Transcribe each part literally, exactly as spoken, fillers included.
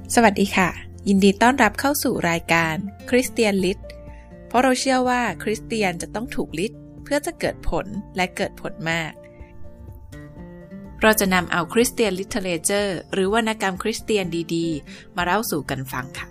สวัสดีค่ะยินดีต้อนรับเข้าสู่รายการคริสเตียนลิทเพราะเราเชื่อว่าคริสเตียนจะต้องถูกลิทเพื่อจะเกิดผลและเกิดผลมากเราจะนำเอาคริสเตียนลิเทเรเจอร์หรือวรรณกรรมคริสเตียนดีๆมาเล่าสู่กันฟังค่ะ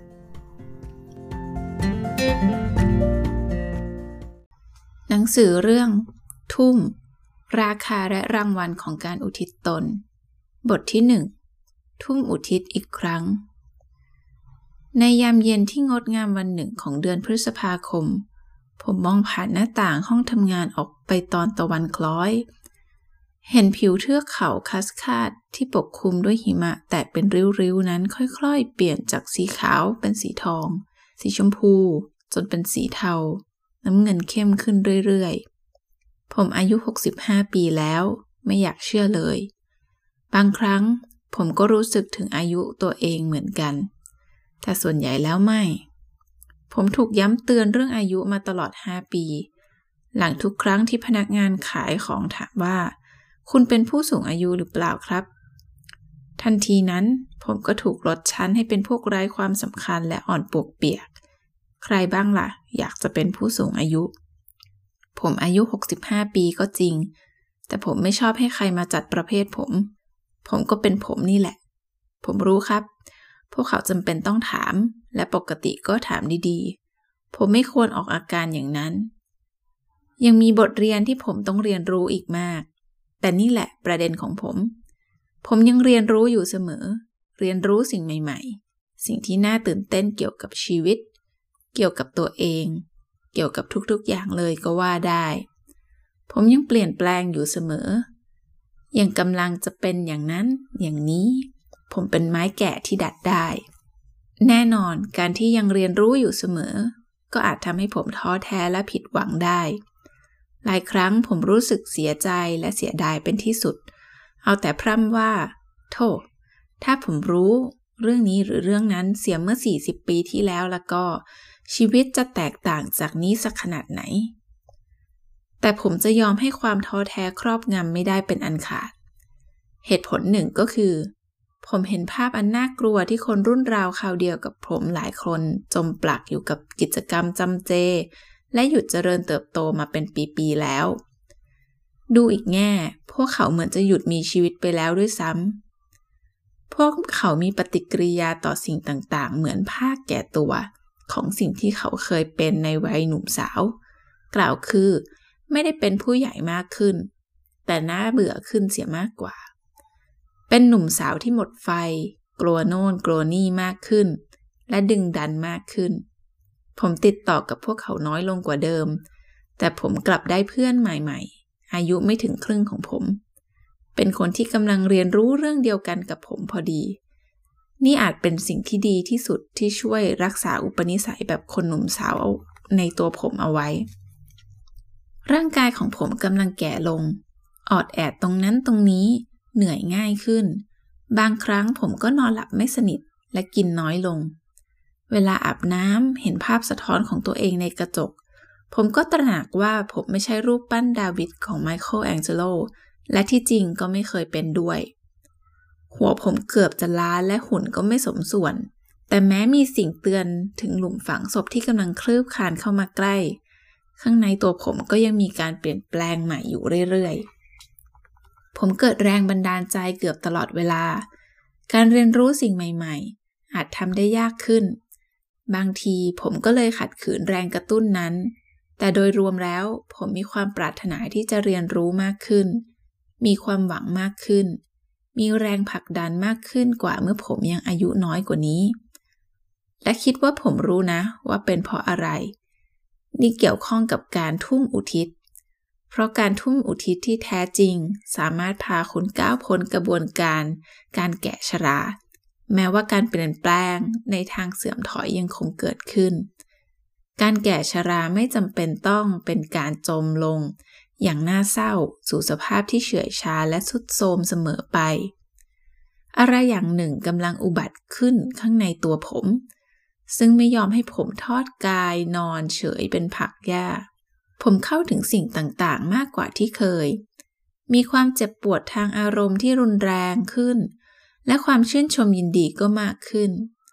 หนังสือเรื่องทุ่มราคาและรางวัลของการอุทิศตนบทที่หนึ่งทุ่มอุทิศอีกครั้งในยามเย็นที่งดงามวันหนึ่งของเดือนพฤษภาคมผมมองผ่านหน้าต่างห้องทำงานออกไปตอนตะวันคล้อยเห็นผิวเทือกเขาคัสคาดที่ปกคลุมด้วยหิมะแตกเป็นริ้วๆนั้นค่อยๆเปลี่ยนจากสีขาวเป็นสีทองสีชมพูจนเป็นสีเทาน้ำเงินเข้มขึ้นเรื่อยๆผมอายุหกสิบห้าปีแล้วไม่อยากเชื่อเลยบางครั้งผมก็รู้สึกถึงอายุตัวเองเหมือนกันแต่ส่วนใหญ่แล้วไม่ผมถูกย้ำเตือนเรื่องอายุมาตลอดห้าปีหลังทุกครั้งที่พนักงานขายของถามว่าคุณเป็นผู้สูงอายุหรือเปล่าครับทันทีนั้นผมก็ถูกลดชั้นให้เป็นพวกไร้ความสำคัญและอ่อนปวกเปียกใครบ้างล่ะอยากจะเป็นผู้สูงอายุผมอายุหกสิบห้าปีก็จริงแต่ผมไม่ชอบให้ใครมาจัดประเภทผมผมก็เป็นผมนี่แหละผมรู้ครับพวกเขาจำเป็นต้องถามและปกติก็ถามดีๆผมไม่ควรออกอาการอย่างนั้นยังมีบทเรียนที่ผมต้องเรียนรู้อีกมากแต่นี่แหละประเด็นของผมผมยังเรียนรู้อยู่เสมอเรียนรู้สิ่งใหม่ๆสิ่งที่น่าตื่นเต้นเกี่ยวกับชีวิตเกี่ยวกับตัวเองเกี่ยวกับทุกๆอย่างเลยก็ว่าได้ผมยังเปลี่ยนแปลงอยู่เสมอยังกำลังจะเป็นอย่างนั้นอย่างนี้ผมเป็นไม้แก่ที่ดัดได้แน่นอนการที่ยังเรียนรู้อยู่เสมอก็อาจทำให้ผมท้อแท้และผิดหวังได้หลายครั้งผมรู้สึกเสียใจและเสียดายเป็นที่สุดเอาแต่พร่ำว่าโธ่ถ้าผมรู้เรื่องนี้หรือเรื่องนั้นเสียเมื่อสี่สิบปีที่แล้วแล้วก็ชีวิตจะแตกต่างจากนี้สักขนาดไหนแต่ผมจะยอมให้ความท้อแท้ครอบงำไม่ได้เป็นอันขาดเหตุผลหนึ่งก็คือผมเห็นภาพอันน่ากลัวที่คนรุ่นราวคราวเดียวกับผมหลายคนจมปลักอยู่กับกิจกรรมจำเจและหยุดเจริญเติบโตมาเป็นปีๆแล้วดูอีกแง่พวกเขาเหมือนจะหยุดมีชีวิตไปแล้วด้วยซ้ำพวกเขามีปฏิกิริยาต่อสิ่งต่างๆเหมือนภาคแก่ตัวของสิ่งที่เขาเคยเป็นในวัยหนุ่มสาวกล่าวคือไม่ได้เป็นผู้ใหญ่มากขึ้นแต่น่าเบื่อขึ้นเสียมากกว่าเป็นหนุ่มสาวที่หมดไฟกลัวโน่นกลัวนี่มากขึ้นและดึงดันมากขึ้นผมติดต่อกับพวกเขาน้อยลงกว่าเดิมแต่ผมกลับได้เพื่อนใหม่ๆอายุไม่ถึงครึ่งของผมเป็นคนที่กำลังเรียนรู้เรื่องเดียวกันกับผมพอดีนี่อาจเป็นสิ่งที่ดีที่สุดที่ช่วยรักษาอุปนิสัยแบบคนหนุ่มสาวในตัวผมเอาไว้ร่างกายของผมกำลังแก่ลงออดแอดตรงนั้นตรงนี้เหนื่อยง่ายขึ้นบางครั้งผมก็นอนหลับไม่สนิทและกินน้อยลงเวลาอาบน้ำเห็นภาพสะท้อนของตัวเองในกระจกผมก็ตระหนักว่าผมไม่ใช่รูปปั้นดาวิดของไมเคิลแองเจโลและที่จริงก็ไม่เคยเป็นด้วยหัวผมเกือบจะล้านและหุ่นก็ไม่สมส่วนแต่แม้มีสิ่งเตือนถึงหลุมฝังศพที่กำลังคลืบคลานเข้ามาใกล้ข้างในตัวผมก็ยังมีการเปลี่ยนแปลงใหม่อยู่เรื่อยๆผมเกิดแรงบันดาลใจเกือบตลอดเวลาการเรียนรู้สิ่งใหม่ๆอาจทำได้ยากขึ้นบางทีผมก็เลยขัดขืนแรงกระตุ้นนั้นแต่โดยรวมแล้วผมมีความปรารถนาที่จะเรียนรู้มากขึ้นมีความหวังมากขึ้นมีแรงผลักดันมากขึ้นกว่าเมื่อผมยังอายุน้อยกว่านี้และคิดว่าผมรู้นะว่าเป็นเพราะอะไรนี่เกี่ยวข้องกับการทุ่มอุทิศเพราะการทุ่มอุทิศที่แท้จริงสามารถพาคุณก้าวพ้นกระบวนการการแก่ชราแม้ว่าการเปลี่ยนแปลงในทางเสื่อมถอยยังคงเกิดขึ้นการแก่ชราไม่จำเป็นต้องเป็นการจมลงอย่างน่าเศร้าสู่สภาพที่เฉื่อยชาและทรุดโทรมเสมอไปอะไรอย่างหนึ่งกำลังอุบัติขึ้นข้างในตัวผมซึ่งไม่ยอมให้ผมทอดกายนอนเฉยเป็นผักหญ้าผมเข้าถึงสิ่งต่างๆมากกว่าที่เคยมีความเจ็บปวดทางอารมณ์ที่รุนแรงขึ้นและความชื่นชมยินดีก็มากขึ้น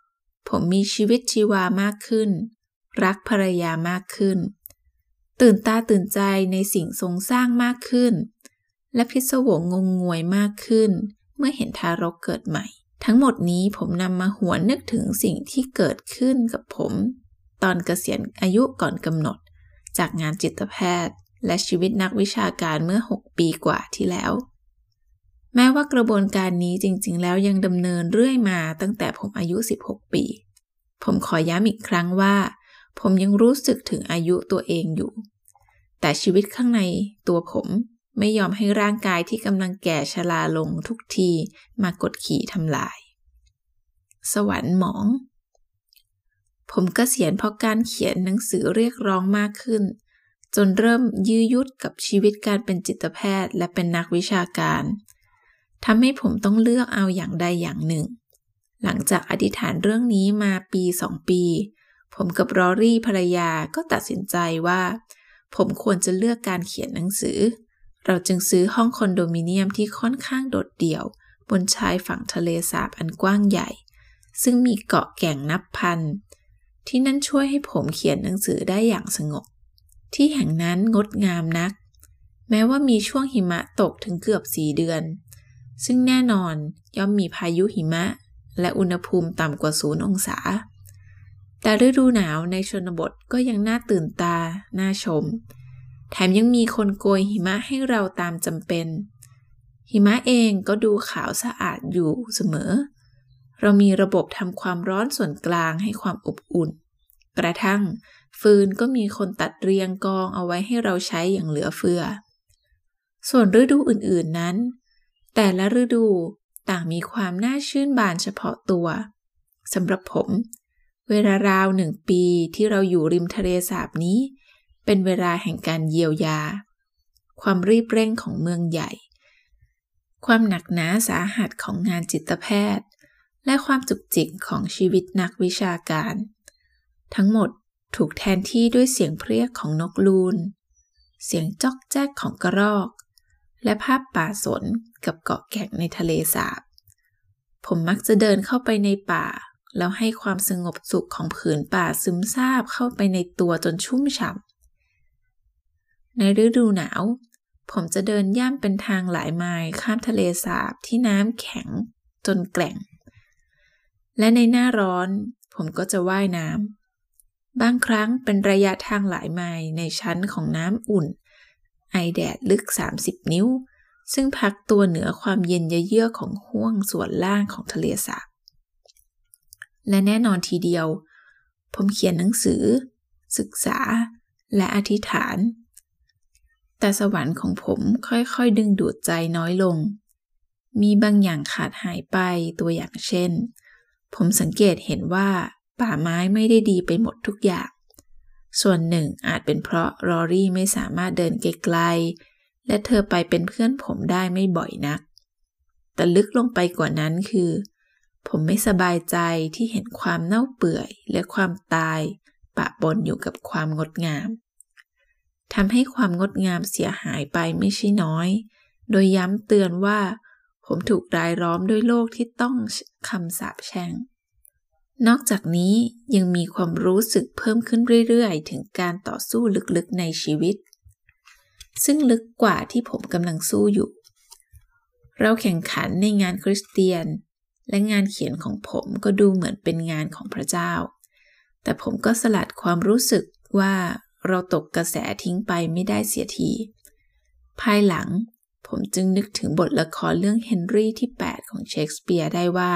ผมมีชีวิตชีวามากขึ้นรักภรรยามากขึ้นตื่นตาตื่นใจในสิ่งทรงสร้างมากขึ้นและพิศวงงงงวยมากขึ้นเมื่อเห็นทารกเกิดใหม่ทั้งหมดนี้ผมนำมาหวนนึกถึงสิ่งที่เกิดขึ้นกับผมตอนเกษียณอายุก่อนกำหนดจากงานจิตแพทย์และชีวิตนักวิชาการเมื่อหกปีกว่าที่แล้วแม้ว่ากระบวนการนี้จริงๆแล้วยังดำเนินเรื่อยมาตั้งแต่ผมอายุสิบหกปีผมขอย้ำอีกครั้งว่าผมยังรู้สึกถึงอายุตัวเองอยู่แต่ชีวิตข้างในตัวผมไม่ยอมให้ร่างกายที่กำลังแก่ชราลงทุกทีมากดขี่ทำลายสวรรค์หมองผมเกษียณเพราะการเขียนหนังสือเรียกร้องมากขึ้นจนเริ่มยื้อยุดกับชีวิตการเป็นจิตแพทย์และเป็นนักวิชาการทำให้ผมต้องเลือกเอาอย่างใดอย่างหนึ่งหลังจากอธิษฐานเรื่องนี้มาปีสองปีผมกับรอรี่ภรรยาก็ตัดสินใจว่าผมควรจะเลือกการเขียนหนังสือเราจึงซื้อห้องคอนโดมิเนียมที่ค่อนข้างโดดเดี่ยวบนชายฝั่งทะเลสาบอันกว้างใหญ่ซึ่งมีเกาะแก่งนับพันที่นั่นช่วยให้ผมเขียนหนังสือได้อย่างสงบที่แห่งนั้นงดงามนักแม้ว่ามีช่วงหิมะตกถึงเกือบสี่เดือนซึ่งแน่นอนย่อมมีพายุหิมะและอุณหภูมิต่ำกว่าศูนย์องศาแต่ฤดูหนาวในชนบทก็ยังน่าตื่นตาน่าชมแถมยังมีคนโกยหิมะให้เราตามจำเป็นหิมะเองก็ดูขาวสะอาดอยู่เสมอเรามีระบบทำความร้อนส่วนกลางให้ความอบอุ่นกระทั่งฟืนก็มีคนตัดเรียงกองเอาไว้ให้เราใช้อย่างเหลือเฟือส่วนฤดูอื่นๆนั้นแต่ละฤดูต่างมีความน่าชื่นบานเฉพาะตัวสำหรับผมเวลาราวหนึ่งปีที่เราอยู่ริมทะเลสาบนี้เป็นเวลาแห่งการเยียวยาความรีบเร่งของเมืองใหญ่ความหนักหนาสาหัสของงานจิตแพทย์และความจุกจิกของชีวิตนักวิชาการทั้งหมดถูกแทนที่ด้วยเสียงเพรียกของนกลูนเสียงจ๊อกแจ๊กของกระรอกและภาพป่าสนกับเกาะแก่งในทะเลสาบผมมักจะเดินเข้าไปในป่าแล้วให้ความสงบสุขของผืนป่าซึมซาบเข้าไปในตัวจนชุ่มฉ่ำในฤดูหนาวผมจะเดินย่ำเป็นทางหลายไมล์ข้ามทะเลสาบที่น้ำแข็งจนแกร่งและในหน้าร้อนผมก็จะว่ายน้ำบางครั้งเป็นระยะทางหลายไมล์ในชั้นของน้ำอุ่นไอแดดลึกสามสิบนิ้วซึ่งพักตัวเหนือความเย็นเยือกของห้วงส่วนล่างของทะเลสาบและแน่นอนทีเดียวผมเขียนหนังสือศึกษาและอธิษฐานแต่สวรรค์ของผมค่อยๆดึงดูดใจน้อยลงมีบางอย่างขาดหายไปตัวอย่างเช่นผมสังเกตเห็นว่าป่าไม้ไม่ได้ดีไปหมดทุกอย่างส่วนหนึ่งอาจเป็นเพราะรอรี่ไม่สามารถเดินไกลๆและเธอไปเป็นเพื่อนผมได้ไม่บ่อยนักแต่ลึกลงไปกว่านั้นคือผมไม่สบายใจที่เห็นความเน่าเปื่อยและความตายปะปนอยู่กับความงดงามทำให้ความงดงามเสียหายไปไม่ใช่น้อยโดยย้ำเตือนว่าผมถูกรายล้อมด้วยโลกที่ต้องคำสาปแช่งนอกจากนี้ยังมีความรู้สึกเพิ่มขึ้นเรื่อยๆถึงการต่อสู้ลึกๆในชีวิตซึ่งลึกกว่าที่ผมกำลังสู้อยู่เราแข่งขันในงานคริสเตียนและงานเขียนของผมก็ดูเหมือนเป็นงานของพระเจ้าแต่ผมก็สลัดความรู้สึกว่าเราตกกระแสทิ้งไปไม่ได้เสียทีภายหลังผมจึงนึกถึงบทละครเรื่องเฮนรี่ที่แปดของเชคสเปียร์ได้ว่า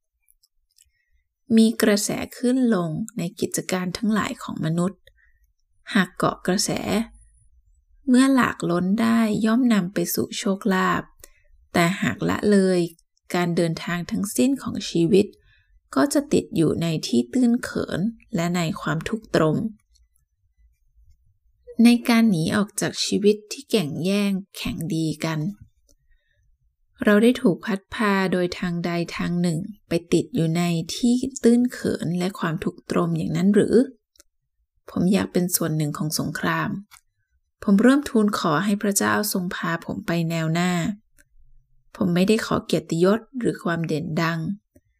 มีกระแสขึ้นลงในกิจการทั้งหลายของมนุษย์หากเกาะกระแสเมื่อหลากล้นได้ย่อมนำไปสู่โชคลาภแต่หากละเลยการเดินทางทั้งสิ้นของชีวิตก็จะติดอยู่ในที่ตื้นเขินและในความทุกข์ตรมในการหนีออกจากชีวิตที่แข่งแย่งแข่งดีกันเราได้ถูกพัดพาโดยทางใดทางหนึ่งไปติดอยู่ในที่ตื้นเขินและความทุกข์ตรมอย่างนั้นหรือผมอยากเป็นส่วนหนึ่งของสงครามผมเริ่มทูลขอให้พระเจ้าทรงพาผมไปแนวหน้าผมไม่ได้ขอเกียรติยศหรือความเด่นดัง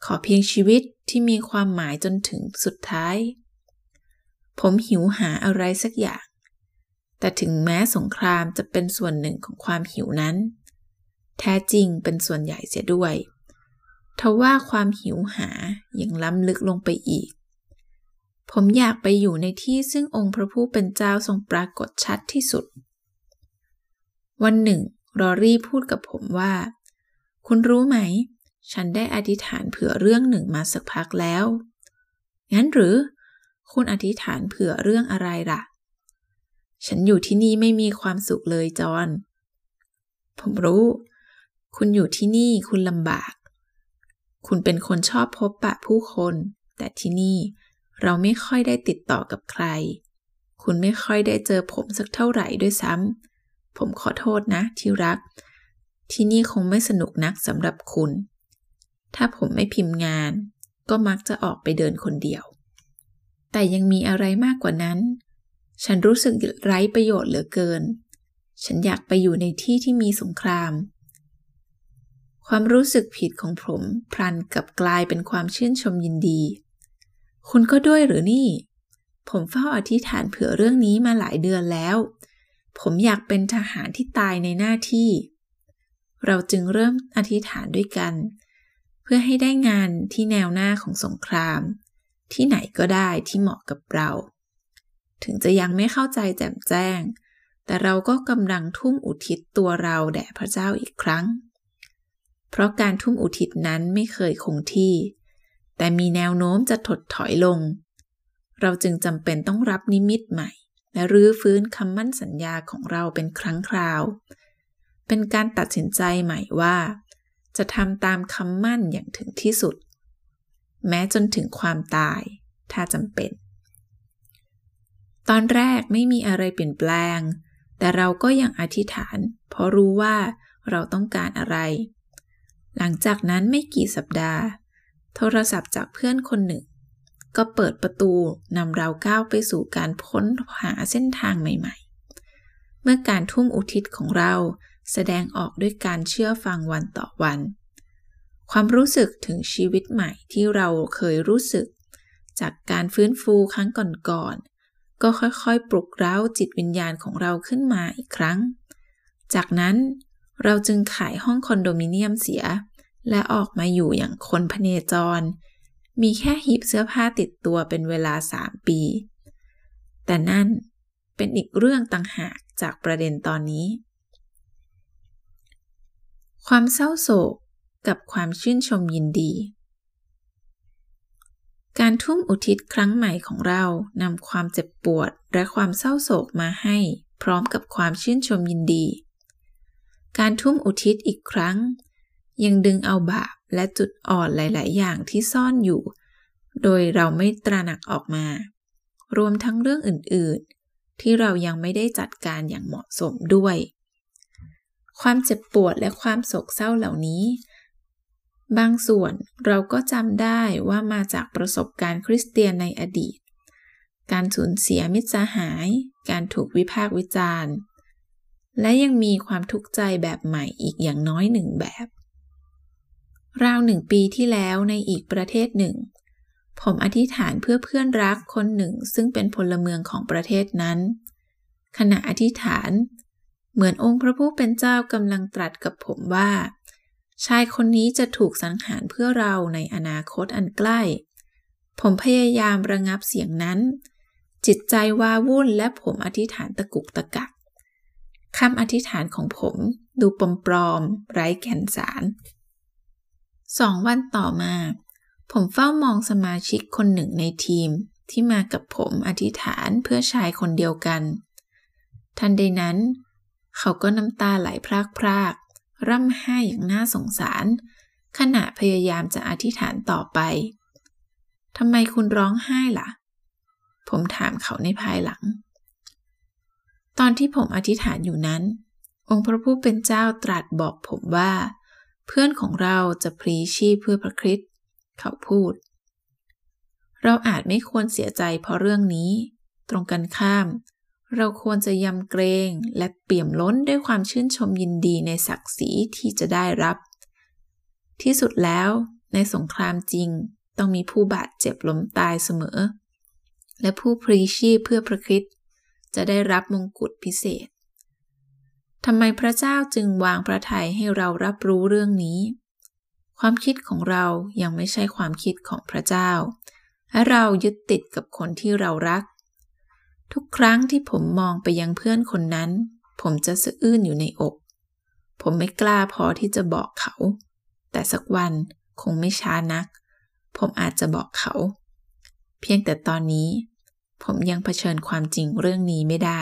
ขอเพียงชีวิตที่มีความหมายจนถึงสุดท้ายผมหิวหาอะไรสักอย่างแต่ถึงแม้สงครามจะเป็นส่วนหนึ่งของความหิวนั้นแท้จริงเป็นส่วนใหญ่เสียด้วยทว่าความหิวหายังล้ำลึกลงไปอีกผมอยากไปอยู่ในที่ซึ่งองค์พระผู้เป็นเจ้าทรงปรากฏชัดที่สุดวันหนึ่งรอรี่พูดกับผมว่าคุณรู้ไหมฉันได้อธิษฐานเผื่อเรื่องหนึ่งมาสักพักแล้วงั้นหรือคุณอธิษฐานเผื่อเรื่องอะไรล่ะฉันอยู่ที่นี่ไม่มีความสุขเลยจอห์นผมรู้คุณอยู่ที่นี่คุณลำบากคุณเป็นคนชอบพบปะผู้คนแต่ที่นี่เราไม่ค่อยได้ติดต่อกับใครคุณไม่ค่อยได้เจอผมสักเท่าไหร่ด้วยซ้ำผมขอโทษนะที่รักที่นี่คงไม่สนุกนักสำหรับคุณถ้าผมไม่พิมพ์งานก็มักจะออกไปเดินคนเดียวแต่ยังมีอะไรมากกว่านั้นฉันรู้สึกไร้ประโยชน์เหลือเกินฉันอยากไปอยู่ในที่ที่มีสงครามความรู้สึกผิดของผมพลันกลับกลายเป็นความชื่นชมยินดีคุณก็ด้วยหรือนี่ผมเฝ้าอธิษฐานเผื่อเรื่องนี้มาหลายเดือนแล้วผมอยากเป็นทหารที่ตายในหน้าที่เราจึงเริ่มอธิษฐานด้วยกันเพื่อให้ได้งานที่แนวหน้าของสงครามที่ไหนก็ได้ที่เหมาะกับเราถึงจะยังไม่เข้าใจแจ่มแจ้งแต่เราก็กำลังทุ่มอุทิศตัวเราแด่พระเจ้าอีกครั้งเพราะการทุ่มอุทิศนั้นไม่เคยคงที่แต่มีแนวโน้มจะถดถอยลงเราจึงจำเป็นต้องรับนิมิตใหม่และรื้อฟื้นคำมั่นสัญญาของเราเป็นครั้งคราวเป็นการตัดสินใจใหม่ว่าจะทำตามคำมั่นอย่างถึงที่สุดแม้จนถึงความตายถ้าจำเป็นตอนแรกไม่มีอะไรเปลี่ยนแปลงแต่เราก็ยังอธิษฐานเพราะรู้ว่าเราต้องการอะไรหลังจากนั้นไม่กี่สัปดาห์โทรศัพท์จากเพื่อนคนหนึ่งก็เปิดประตูนำเราก้าวไปสู่การค้นหาเส้นทางใหม่ๆเมื่อการทุ่มอุทิศของเราแสดงออกด้วยการเชื่อฟังวันต่อวันความรู้สึกถึงชีวิตใหม่ที่เราเคยรู้สึกจากการฟื้นฟูครั้งก่อนๆก็ค่อยๆปลุกเร้าจิตวิญญาณของเราขึ้นมาอีกครั้งจากนั้นเราจึงขายห้องคอนโดมิเนียมเสียและออกมาอยู่อย่างคนพเนจรมีแค่หีบเสื้อผ้าติดตัวเป็นเวลาสามปีแต่นั่นเป็นอีกเรื่องต่างหากจากประเด็นตอนนี้ความเศร้าโศกกับความชื่นชมยินดีการทุ่มอุทิศครั้งใหม่ของเรานำความเจ็บปวดและความเศร้าโศกมาให้พร้อมกับความชื่นชมยินดีการทุ่มอุทิศอีกครั้งยังดึงเอาบาปและจุดอ่อนหลายๆอย่างที่ซ่อนอยู่โดยเราไม่ตระหนักออกมารวมทั้งเรื่องอื่นๆที่เรายังไม่ได้จัดการอย่างเหมาะสมด้วยความเจ็บปวดและความโศกเศร้าเหล่านี้บางส่วนเราก็จำได้ว่ามาจากประสบการณ์คริสเตียนในอดีตการสูญเสียมิตรสหายการถูกวิพากษ์วิจารณ์และยังมีความทุกข์ใจแบบใหม่อีกอย่างน้อยหนึ่งแบบราวหนึ่งปีที่แล้วในอีกประเทศหนึ่งผมอธิษฐานเพื่อเพื่อนรักคนหนึ่งซึ่งเป็นพลเมืองของประเทศนั้นขณะอธิษฐานเหมือนองค์พระผู้เป็นเจ้ากำลังตรัสกับผมว่าชายคนนี้จะถูกสังหารเพื่อเราในอนาคตอันใกล้ผมพยายามระงับเสียงนั้นจิตใจว้าวุ่นและผมอธิษฐานตะกุกตะกักคำอธิษฐานของผมดูปลอมๆไร้แก่นสารสองวันต่อมาผมเฝ้ามองสมาชิกคนหนึ่งในทีมที่มากับผมอธิษฐานเพื่อชายคนเดียวกันทันใดนั้นเขาก็น้ำตาไหลพรากๆร่ำไห้อย่างน่าสงสารขณะพยายามจะอธิษฐานต่อไปทำไมคุณร้องไห้ล่ะผมถามเขาในภายหลังตอนที่ผมอธิษฐานอยู่นั้นองค์พระผู้เป็นเจ้าตรัสบอกผมว่าเพื่อนของเราจะพลีชีพเพื่อพระคริสต์เขาพูดเราอาจไม่ควรเสียใจเพราะเรื่องนี้ตรงกันข้ามเราควรจะยำเกรงและเปี่ยมล้นด้วยความชื่นชมยินดีในศักดิ์ศรีที่จะได้รับที่สุดแล้วในในสงครามจริงต้องมีผู้บาดเจ็บล้มตายเสมอและผู้พลีชีพเพื่อพระคริสต์จะได้รับมงกุฎพิเศษทำไมพระเจ้าจึงวางพระทัยให้เรารับรู้เรื่องนี้ความคิดของเรายังไม่ใช่ความคิดของพระเจ้าและเรายึดติดกับคนที่เรารักทุกครั้งที่ผมมองไปยังเพื่อนคนนั้นผมจะสะอื้นอยู่ในอกผมไม่กล้าพอที่จะบอกเขาแต่สักวันคงไม่ช้านักผมอาจจะบอกเขาเพียงแต่ตอนนี้ผมยังเผชิญความจริงเรื่องนี้ไม่ได้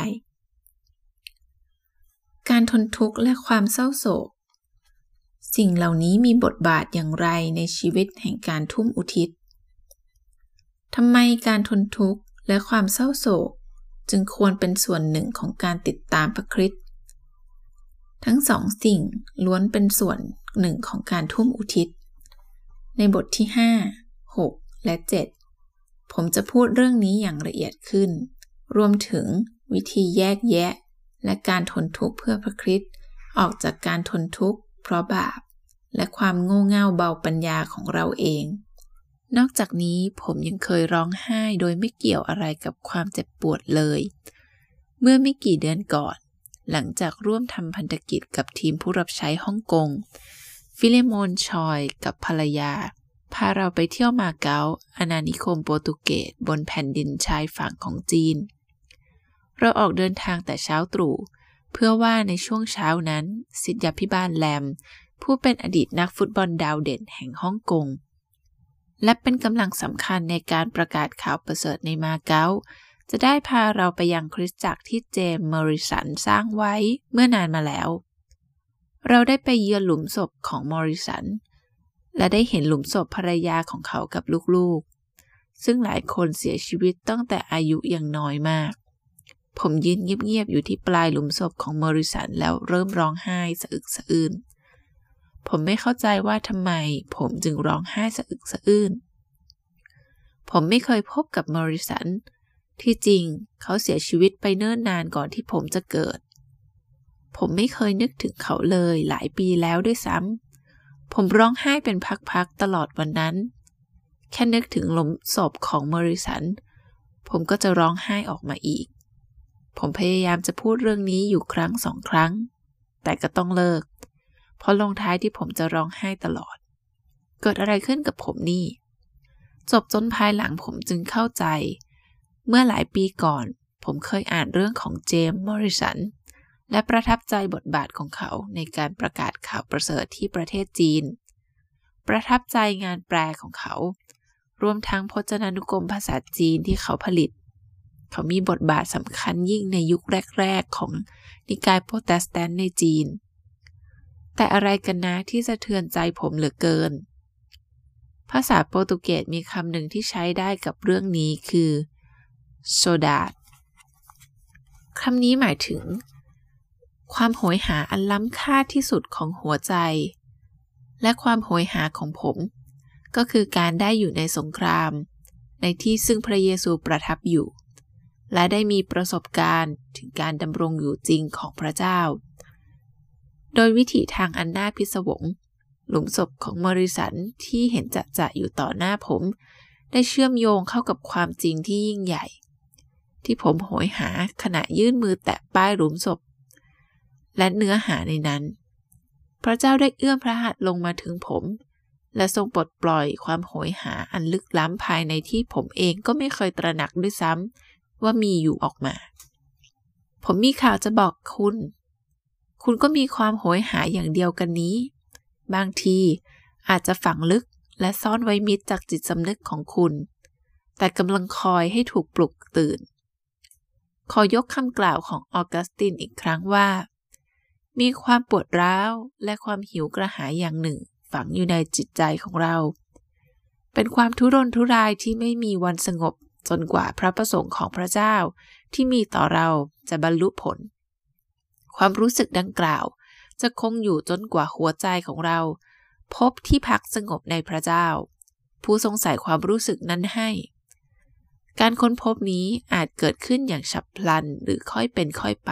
การทนทุกข์และความเศร้าโศกสิ่งเหล่านี้มีบทบาทอย่างไรในชีวิตแห่งการทุ่มอุทิศทำไมการทนทุกข์และความเศร้าโศกจึงควรเป็นส่วนหนึ่งของการติดตามพระคริสต์ทั้งสองสิ่งล้วนเป็นส่วนหนึ่งของการทุ่มอุทิศในบทที่ห้า หกและเจ็ดผมจะพูดเรื่องนี้อย่างละเอียดขึ้นรวมถึงวิธีแยกแยะและการทนทุกข์เพื่อพระคริสต์ออกจากการทนทุกข์เพราะบาปและความโง่เง่าเบาปัญญาของเราเองนอกจากนี้ผมยังเคยร้องไห้โดยไม่เกี่ยวอะไรกับความเจ็บปวดเลยเมื่อไม่กี่เดือนก่อนหลังจากร่วมทำพันธกิจกับทีมผู้รับใช้ฮ่องกงฟิเลโมนชอยกับภรรยาพาเราไปเที่ยวมาเก๊าอาณานิคมโปรตุเกสบนแผ่นดินชายฝั่งของจีนเราออกเดินทางแต่เช้าตรู่เพื่อว่าในช่วงเช้านั้นศิษยาภิบาลแลมผู้เป็นอดีตนักฟุตบอลดาวเด่นแห่งฮ่องกงและเป็นกำลังสำคัญในการประกาศข่าวประเสริฐในมาเก๊าจะได้พาเราไปยังคริสตจักรที่เจมส์ มอริสันสร้างไว้เมื่อนานมาแล้วเราได้ไปเยือนหลุมศพของมอริสันและได้เห็นหลุมศพภรรยาของเขากับลูกๆซึ่งหลายคนเสียชีวิตตั้งแต่อายุยังน้อยมากผมยืนเงียบๆอยู่ที่ปลายหลุมศพของมอริสันแล้วเริ่มร้องไห้สะอึกสะอื้นผมไม่เข้าใจว่าทำไมผมจึงร้องไห้สะอึกสะอื้นผมไม่เคยพบกับมอริสันที่จริงเขาเสียชีวิตไปเนิ่นนานก่อนที่ผมจะเกิดผมไม่เคยนึกถึงเขาเลยหลายปีแล้วด้วยซ้ำผมร้องไห้เป็นพักๆตลอดวันนั้นแค่นึกถึงหลุมศพของมอริสันผมก็จะร้องไห้ออกมาอีกผมพยายามจะพูดเรื่องนี้อยู่ครั้งสองครั้งแต่ก็ต้องเลิกเพราะลงท้ายที่ผมจะร้องไห้ตลอดเกิดอะไรขึ้นกับผมนี่จบจนภายหลังผมจึงเข้าใจเมื่อหลายปีก่อนผมเคยอ่านเรื่องของเจมส์ มอริสันและประทับใจบทบาทของเขาในการประกาศข่าวประเสริฐที่ประเทศจีนประทับใจงานแปลของเขารวมทั้งพจนานุกรมภาษาจีนที่เขาผลิตเขามีบทบาทสำคัญยิ่งในยุคแรกๆของนิกายโปรเตสแตนต์ในจีนแต่อะไรกันนะที่สะเทือนใจผมเหลือเกินภาษาโปรตุเกสมีคำหนึ่งที่ใช้ได้กับเรื่องนี้คือโซดาดคำนี้หมายถึงความโหยหาอันล้ำค่าที่สุดของหัวใจและความโหยหาของผมก็คือการได้อยู่ในสงครามในที่ซึ่งพระเยซูประทับอยู่และได้มีประสบการณ์ถึงการดำรงอยู่จริงของพระเจ้าโดยวิถีทางอันน่าพิศวงหลุมศพของมอริสันที่เห็นจะจะอยู่ต่อหน้าผมได้เชื่อมโยงเข้ากับความจริงที่ยิ่งใหญ่ที่ผมโหยหาขณะยื่นมือแตะป้ายหลุมศพและเนื้อหาในนั้นพระเจ้าได้เอื้อมพระหัตถ์ลงมาถึงผมและทรงปลดปล่อยความโหยหาอันลึกล้ำภายในที่ผมเองก็ไม่เคยตระหนักด้วยซ้ำว่ามีอยู่ออกมาผมมีข่าวจะบอกคุณคุณก็มีความโหยหาอย่างเดียวกันนี้บางทีอาจจะฝังลึกและซ่อนไว้มิดจากจิตสำนึกของคุณแต่กำลังคอยให้ถูกปลุกตื่นขอยกคำกล่าวของออกัสตินอีกครั้งว่ามีความปวดร้าวและความหิวกระหายอย่างหนึ่งฝังอยู่ในจิตใจของเราเป็นความทุรนทุรายที่ไม่มีวันสงบจนกว่าพระประสงค์ของพระเจ้าที่มีต่อเราจะบรรลุผลความรู้สึกดังกล่าวจะคงอยู่จนกว่าหัวใจของเราพบที่พักสงบในพระเจ้าผู้ทรงใส่ความรู้สึกนั้นให้การค้นพบนี้อาจเกิดขึ้นอย่างฉับพลันหรือค่อยเป็นค่อยไป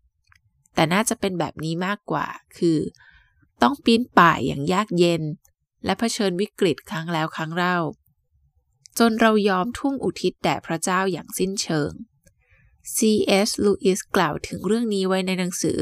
แต่น่าจะเป็นแบบนี้มากกว่าคือต้องปีนป่ายอย่างยากเย็นและเผชิญวิกฤตครั้งแล้วครั้งเล่าจนเรายอมทุ่มอุทิศแด่พระเจ้าอย่างสิ้นเชิง ซี เอส Lewis กล่าวถึงเรื่องนี้ไว้ในหนังสือ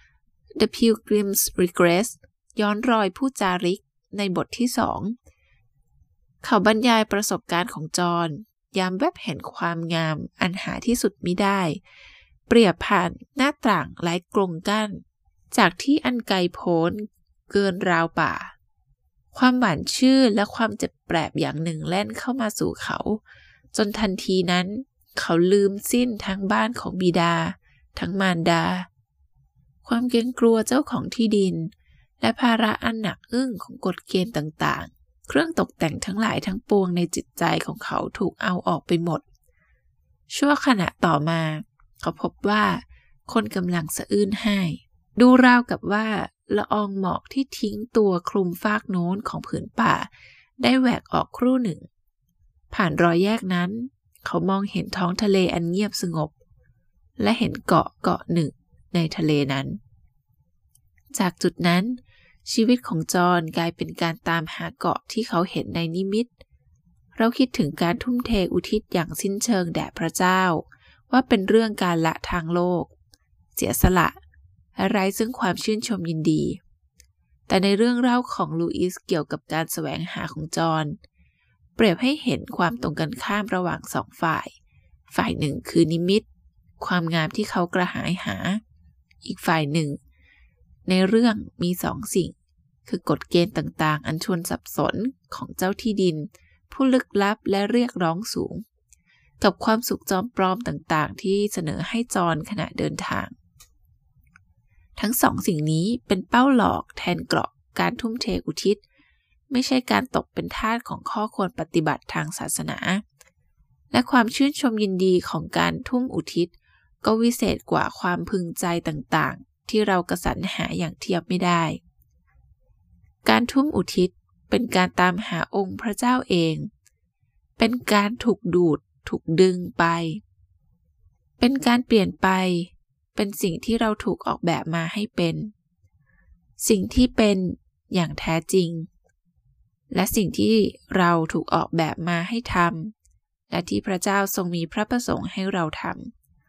The Pilgrim's Regress ย้อนรอยผู้จาริกในบทที่สองเขาบรรยายประสบการณ์ของจอห์นยามแวบเห็นความงามอันหาที่สุดมิได้เปรียบผ่านหน้าต่างไร้กรงกั้นจากที่อันไกลโพ้นเกินราวป่าความหวานชื่นและความเจ็บแปรบอย่างหนึ่งแล่นเข้ามาสู่เขาจนทันทีนั้นเขาลืมสิ้นทั้งบ้านของบิดาทั้งมารดาความเกรงกลัวเจ้าของที่ดินและภาระอันหนักอึ้งของกฎเกณฑ์ต่างๆเครื่องตกแต่งทั้งหลายทั้งปวงในจิตใจของเขาถูกเอาออกไปหมดชั่วขณะต่อมาเขาพบว่าคนกำลังสะอื้นไห้ดูราวกับว่าละอองหมอกที่ทิ้งตัวคลุมฟากโน้นของผืนป่าได้แหวกออกครู่หนึ่งผ่านรอยแยกนั้นเขามองเห็นท้องทะเลอันเงียบสงบและเห็นเกาะเกาะหนึ่งในทะเลนั้นจากจุดนั้นชีวิตของจอห์นกลายเป็นการตามหาเกาะที่เขาเห็นในนิมิตเราคิดถึงการทุ่มเทอุทิศอย่างสิ้นเชิงแด่พระเจ้าว่าเป็นเรื่องการละทางโลกเสียสละและไร้ซึ่งความชื่นชมยินดีแต่ในเรื่องเล่าของลูอิสเกี่ยวกับการแสวงหาของจอห์นเปรียบให้เห็นความตรงกันข้ามระหว่างสองฝ่ายฝ่ายหนึ่งคือนิมิตความงามที่เขากระหายหาอีกฝ่ายหนึ่งในเรื่องมีสองสิ่งคือกฎเกณฑ์ต่างๆอันชวนสับสนของเจ้าที่ดินผู้ลึกลับและเรียกร้องสูงกับความสุขจอมปลอมต่างๆที่เสนอให้จอห์นขณะเดินทางทั้งสองสิ่งนี้เป็นเป้าหลอกแทนเกราะการทุ่มเทอุทิศไม่ใช่การตกเป็นทาสของข้อควรปฏิบัติทางศาสนาและความชื่นชมยินดีของการทุ่มอุทิศก็วิเศษกว่าความพึงใจต่างๆที่เรากระสรรหาอย่างเทียบไม่ได้การทุ่มอุทิศเป็นการตามหาองค์พระเจ้าเองเป็นการถูกดูดถูกดึงไปเป็นการเปลี่ยนไปเป็นสิ่งที่เราถูกออกแบบมาให้เป็นสิ่งที่เป็นอย่างแท้จริงและสิ่งที่เราถูกออกแบบมาให้ทำและที่พระเจ้าทรงมีพระประสงค์ให้เราทำ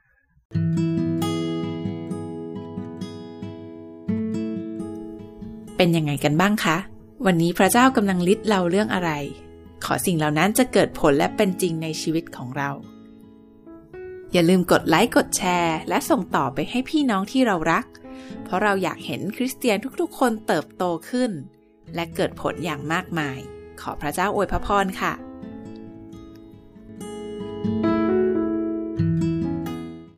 เป็นยังไงกันบ้างคะวันนี้พระเจ้ากำลังลิดเราเรื่องอะไรขอสิ่งเหล่านั้นจะเกิดผลและเป็นจริงในชีวิตของเราอย่าลืมกดไลค์กดแชร์และส่งต่อไปให้พี่น้องที่เรารักเพราะเราอยากเห็นคริสเตียนทุกๆคนเติบโตขึ้นและเกิดผลอย่างมากมายขอพระเจ้าอวยพระพรค่ะ